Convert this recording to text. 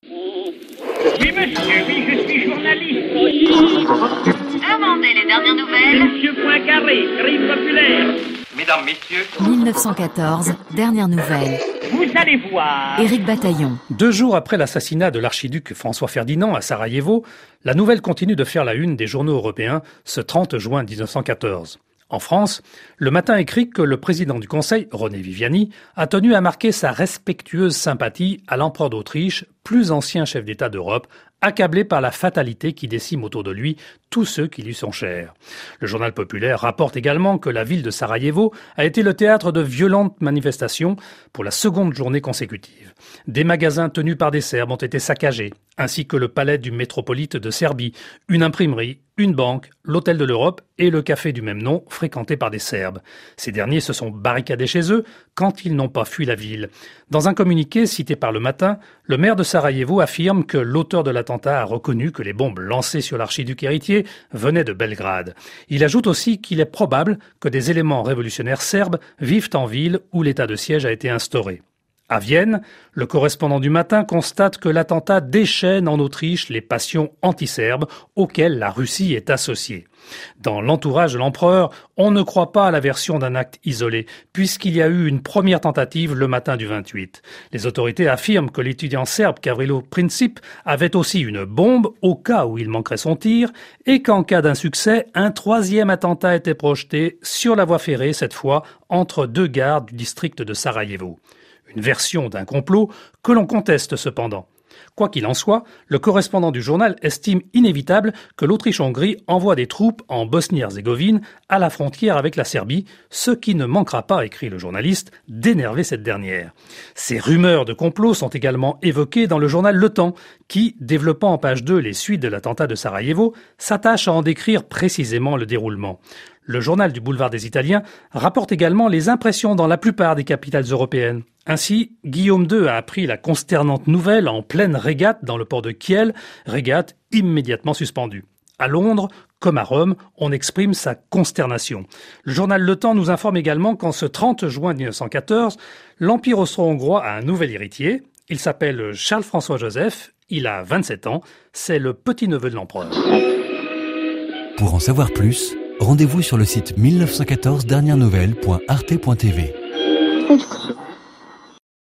Oui, monsieur, oui, je suis journaliste. Demandez les dernières nouvelles. Monsieur Poincaré, crime populaire. Mesdames, messieurs. 1914, dernière nouvelle. Vous allez voir. Éric Bataillon. 2 jours après l'assassinat de l'archiduc François Ferdinand à Sarajevo, la nouvelle continue de faire la une des journaux européens ce 30 juin 1914. En France, Le Matin écrit que le président du Conseil, René Viviani, a tenu à marquer sa respectueuse sympathie à l'empereur d'Autriche, plus ancien chef d'État d'Europe, accablé par la fatalité qui décime autour de lui tous ceux qui lui sont chers. Le journal populaire rapporte également que la ville de Sarajevo a été le théâtre de violentes manifestations pour la seconde journée consécutive. Des magasins tenus par des Serbes ont été saccagés, ainsi que le palais du métropolite de Serbie, une imprimerie, une banque, l'hôtel de l'Europe et le café du même nom fréquenté par des Serbes. Ces derniers se sont barricadés chez eux quand ils n'ont pas fui la ville. Dans un communiqué cité par Le Matin, le maire de Sarajevo affirme que l'auteur de l'attentat a reconnu que les bombes lancées sur l'archiduc héritier venaient de Belgrade. Il ajoute aussi qu'il est probable que des éléments révolutionnaires serbes vivent en ville où l'état de siège a été instauré. À Vienne, le correspondant du Matin constate que l'attentat déchaîne en Autriche les passions anti-serbes auxquelles la Russie est associée. Dans l'entourage de l'empereur, on ne croit pas à la version d'un acte isolé, puisqu'il y a eu une première tentative le matin du 28. Les autorités affirment que l'étudiant serbe Gavrilo Princip avait aussi une bombe au cas où il manquerait son tir, et qu'en cas d'insuccès, un troisième attentat était projeté sur la voie ferrée, cette fois entre 2 gares du district de Sarajevo. Une version d'un complot que l'on conteste cependant. Quoi qu'il en soit, le correspondant du journal estime inévitable que l'Autriche-Hongrie envoie des troupes en Bosnie-Herzégovine à la frontière avec la Serbie, ce qui ne manquera pas, écrit le journaliste, d'énerver cette dernière. Ces rumeurs de complot sont également évoquées dans le journal Le Temps, qui, développant en page 2 les suites de l'attentat de Sarajevo, s'attache à en décrire précisément le déroulement. Le journal du boulevard des Italiens rapporte également les impressions dans la plupart des capitales européennes. Ainsi, Guillaume II a appris la consternante nouvelle en pleine régate dans le port de Kiel, régate immédiatement suspendue. À Londres, comme à Rome, on exprime sa consternation. Le journal Le Temps nous informe également qu'en ce 30 juin 1914, l'Empire austro-hongrois a un nouvel héritier. Il s'appelle Charles-François Joseph, il a 27 ans, c'est le petit-neveu de l'empereur. Pour en savoir plus, rendez-vous sur le site 1914dernièrenouvelles.arte.tv.